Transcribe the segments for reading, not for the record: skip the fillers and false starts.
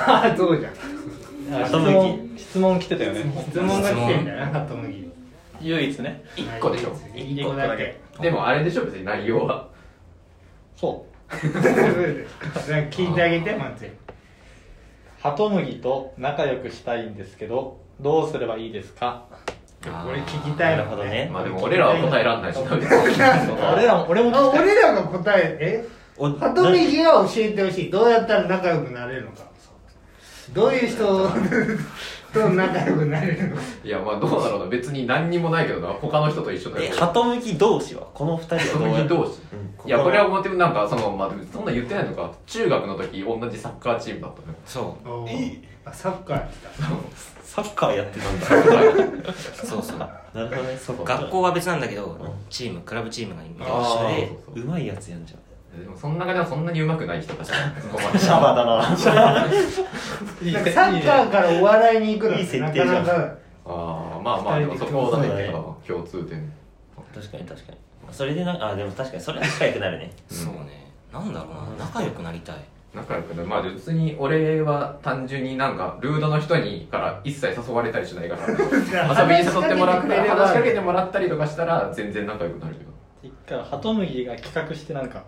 ああそうじゃん。 質問来てたよね。 質問が来てんだよな、ハトムギ。 唯一ね。 1個でしょ。 1個だけ。 でもあれでしょ、別に内容は。 そう聞いてあげて、まず。 ハトムギと仲良くしたいんですけどどうすればいいですか。 俺聞きたいなるほどね。 まあでも俺らは答えらんないしな。 俺も聞きたい。 俺らが答え、ハトムギが教えてほしい。どうやったら仲良くなれるのか。どういう人と仲良くなれるのか。 いやまあどうだろうな、別に何にもないけどな、他の人と一緒だよ。 ハトムギ同士はこの二人はハトどうやってムギ同士。いやこれは思ってなんかそのまあそんな言ってないのか。中学の時同じサッカーチームだったのよ。 そうあ、サッカーやった。 サッカーやってたんだ。 そうそうなるほどね。そっか。 学校は別なんだけどチームクラブチームがみたいな一緒でうまいやつやんじゃん。 でもその中ではそんなに上手くない人たち。 シャバだな。 なんかサッカーからお笑いに行くのってなかなか。 ああまあまあでもそこだね共通点。 確かに。それででも確かにそれ仲良くなるね。 そうね、なんだろうな、仲良くなりたい。 仲良くなる。まあ別に俺は単純になんかルードの人にから一切誘われたりしないから遊びに誘ってもらって話しかけてもらったりとかしたら全然仲良くなるけど。 一回ハトムギが企画してなんか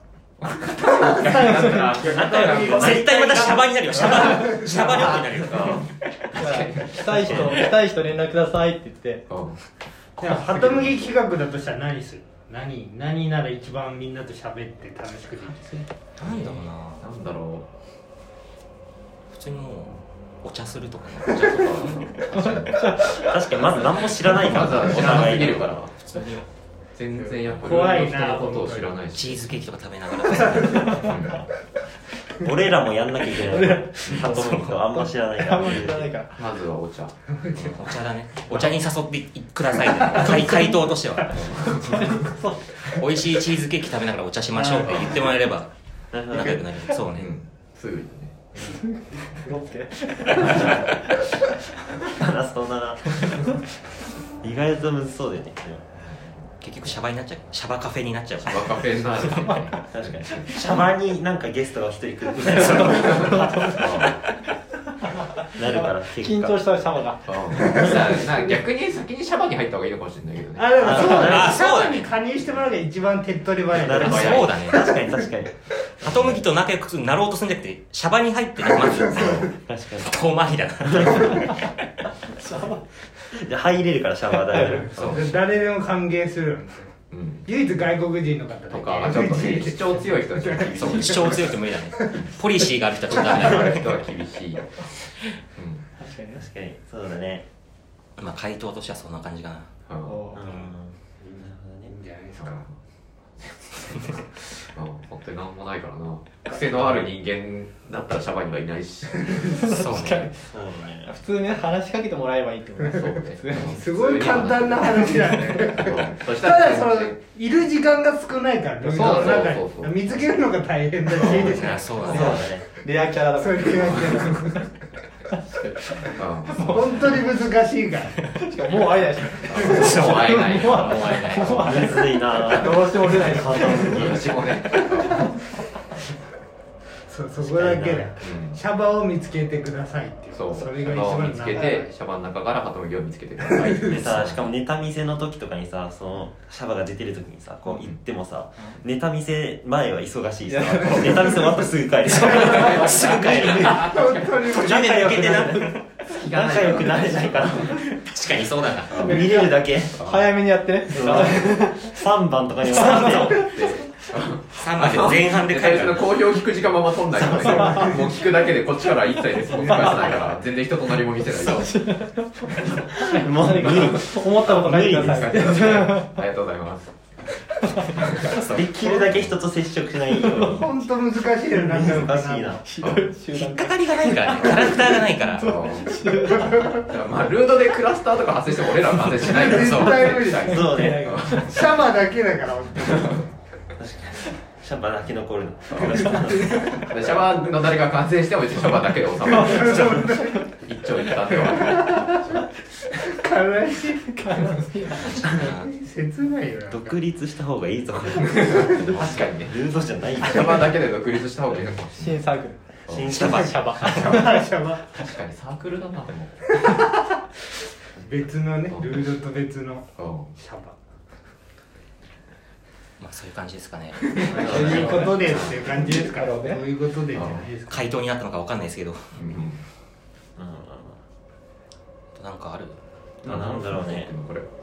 絶対またシャバになるよ。シャバ力になるよ。 来たい人連絡くださいって言って。 ハトムギ企画だとしたら何する？何なら一番みんなと喋って楽しくできる？ なんだろうな。 なんだろ普通にもうお茶するとかね。 う。お茶とか。 確かにまず何も知らないから。 まずは知らなすぎるから普通に全然やっぱ怖いな人のことを知らないし。 チーズケーキとか食べながら俺らもやんなきゃいけない。ハトムギとあんま知らないから。 まずはお茶。 お茶だね。お茶に誘ってくださいね。回答としては美味しいチーズケーキ食べながらお茶しましょうって言ってもらえれば仲良くなる。そうね、 すぐにね。 そうだな。意外とむずそうだよね。 結局シャバになっちゃう。シャバカフェになっちゃう。 シャバカフェになる。 確かに。シャバになんかゲストが一人来るみたいなるから結果緊張したシャバが。 なんか逆に先にシャバに入った方がいいのかもしれないけどね。 あ、でもそうだね。 あシャバに加入してもらうのが一番手っ取り早い。 なるほど。 そうだね。 確かに。 ハトムギと仲良くなろうとするんじゃなくてシャバに入ってまず確かに。 遠回りだな。 じゃあ入れるからシャワーだよ。 誰でも歓迎する。唯一外国人の方とかちょっとね主張強い人たちは厳しい。 そう主張強くて無理だね。ポリシーがある人はちょっとダメだね。 人は厳しい。 確かにそうだね。 まあ回答としてはそんな感じかな。 いいんじゃないですか。 本当になんもないからな。癖のある人間だったらシャバにはいないし。 そうね。 普通に話しかけてもらえばいいってこと。 すごい簡単な話だね。 そしたらただいる時間が少ないからね。 そう見つけるのが大変だし。 そうだね。 レアキャラだから。 本当に難しいから。 しかももう会えないし。 もう会えない。 むずいな。 どうしても出ないし。 私もね。 そこだけだ。シャバを見つけてくださいっていう。 そう。 それが一シャバを番見つけてシャバの中からハトムギを見つけてください。 でさ、しかもネタ見せの時とかにさ、そのシャバが出てる時にさ、こう行ってもさ、ネタ見せ前は忙しいさ、ネタ見せ終わったらすぐ帰る。すぐ帰る。途中で抜けてな。仲良くなれないから。 確かにそうだな。 見れるだけ。 早めにやってね。 3番とかには 3番で前半で帰る。 の好評聞く時間もまとんないからね。もう聞くだけでこっちから一切レスポンス返さないから全然人となりも見せない。 もう無理。 思ったことないでください。 ありがとうございます。 できるだけ人と接触しないように。 本当難しいよな。 難しいな。 引っかかりがないからね。キャラクターがないから。 まあルードでクラスターとか発生しても俺らは発生しないから。 絶対無理だ。 そうね。 シャバだけだから。 シャバだけ残るの。 シャバの誰か感染しても別にシャバだけで収まる。一長一短では。 悲しい。切ないよ。 独立した方がいいぞ。 確かにね。 ルードじゃないよ。 シャバだけで独立した方がいいのかもしれない。 新サークル。 新シャバシャバ。 シャバ確かにサークルだなでも別のねルードと別のうんシャバまあそういう感じですかね。 そういうことでっていう感じですからそうなるほどねいうことでじゃないですか回答になったのかわかんないですけど。 うんなんかある？ なんだろうね。 これ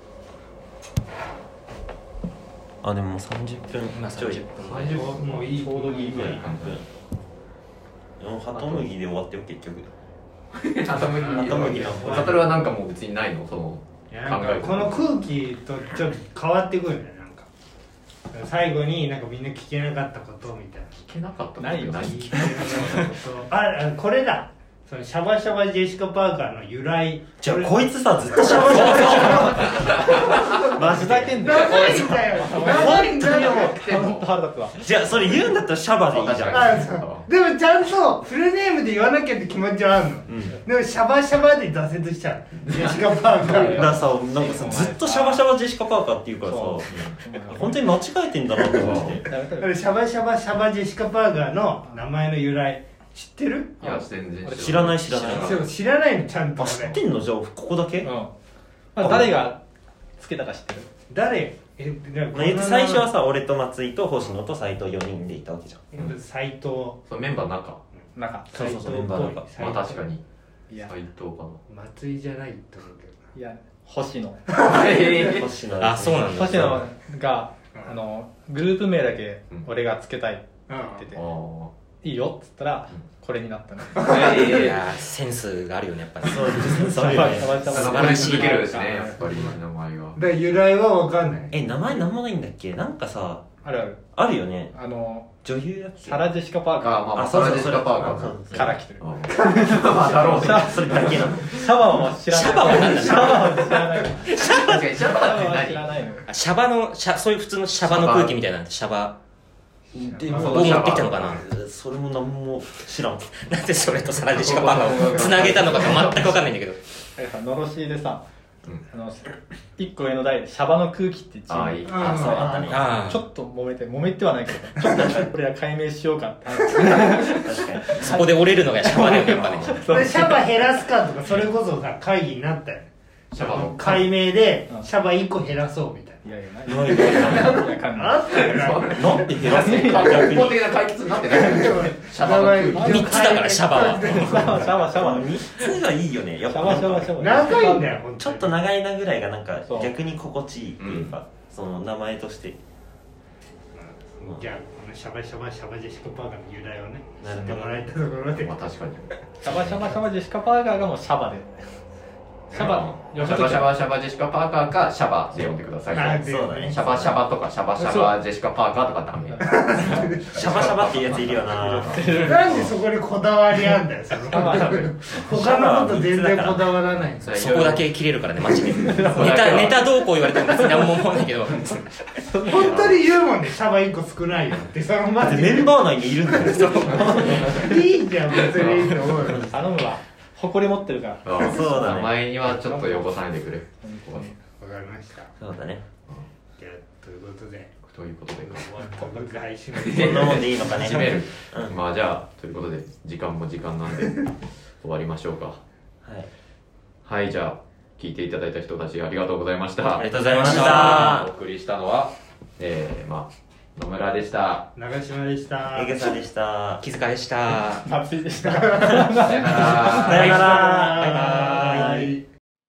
あでももう30分今ちょい 30分。 30分もういいちょうどいいぐらい。 でもハトムギで終わってよ結局ハトムギサトルはなんかもう別にないのそのいやなんかこの空気とちょっと変わってくるんだよなんか最後になんかみんな聞けなかったことみたいな聞けなかったないよ聞けなかったことあこれだそのシャバシャバジェシカ・パーカーの由来じゃあこいつさずっとシャバシャバマジふざけんなよ。 長いんだよ長いんだよ本当腹立つわ。 じゃあそれ言うんだったらシャバでいいじゃんあそうでもちゃんとフルネームで言わなきゃって気持ちはあるの、でもシャバシャバで挫折しちゃうジェシカ・パーカーだからさなんかさずっとシャバシャバジェシカ・パーカーって言うからさ本当に間違えてんだなと思ってやめてよだからシャバシャバシャバジェシカ・パーカーの名前の由来知ってるいや全然知らない知らないそう知らないのちゃんとあ知ってんのじゃあここだけうん。まあ誰がつけたか知ってる？ 誰最初はさ俺と松井と星野と斎藤4人でいたわけじゃん斎藤そうメンバーの中なんか。 そうそうそうメンバーの中まあ確かにいや斎藤か松井じゃないと思うけどいや星野。 な星野あ、そうなんだ。 星野がグループ名だけ俺がつけたいって言ってて、 あいいよっつったらこれになったね。 いやーセンスがあるよねやっぱり。 そうそうよねあ素晴らしい続けるですねやっぱり名前がだから由来は分かんない名前なんもないんだっけなんかさあるある。 あるよね女優だっけサラ・ジェシカ・パーカまあそうそうサラジェシカ・パーカそうーーから来てる。 まあだろうねそれだけなのシャバは知らない。 シャバは何だシャバは知らない。 確かにシャバシャバはって何知らないのよ。 シャバのそういう普通のシャバの空気みたいなシャバでもを持ってきたのかな。 それも何も知らんなんでそれとサラジェシカパーカーをつなげたのかが全く分かんないんだけど。 だからさのろしでさうん一個上の代でシャバの空気ってチああいいームあそうあったねあちょっと揉めてはないけどちょっとこれは解明しようかって話確かにあ、そこで折れるのがシャバだよねやっぱね。 でシャバ減らすかとかそれこそさ会議になったよねシャバの解明でうんシャバ1個減らそうみたいいやいやないないないいやかんないなあったよねなんで減らすの根本的な解決になってないシャバの空気 3つだからシャバは。 シャバ 3つがいいよねやっぱシャバシャバシャバ長いんだよ本当にちょっと長いなぐらいがなんかそう逆に心地いいっていうかその名前としてじゃあこのシャバシャバシャバジェシカ・パーカーの由来をねなるほど知ってもらえたところでまあ確かにシャバシャバシャバジェシカ・パーカーがもうシャバでシャバシャバシャバシャバジェシカ・パーカーかシャバで呼んでくださいそうだねシャバシャバとかシャバシャバジェシカ・パーカーとかダメシャバシャバっていうやついるよななんでそこにこだわりあんだよその他のこと全然こだわらないそれそこだけ切れるからねマジで。ネタどうこう言われても別に何も思わないけど。 本当に言うもんねシャバ1個少ないよってそのマジでメンバー内にいるんだよいいじゃん別にいいと思うよ頼むわ誇り持ってるからそうだね名前にはちょっとよこさないでくれわかりましたそうだねじゃあということでということで終わった配信こんなもんでいいのかね始めるうんまあじゃあということで時間も時間なんで終わりましょうかはいはいじゃあ聞いていただいた人たちありがとうございましたありがとうございましありがとうございまた。 お送りしたのはまあ野村でした長島でしたえげさでした気遣いでした。 熱いでしたさよならさよならバイバイ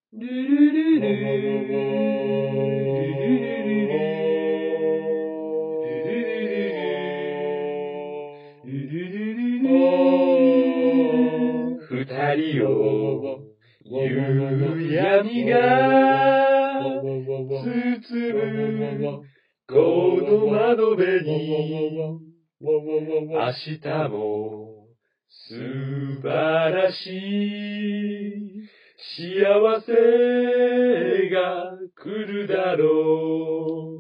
二人を夕闇が包むこの窓辺に明日も素晴らしい幸せが来るだろう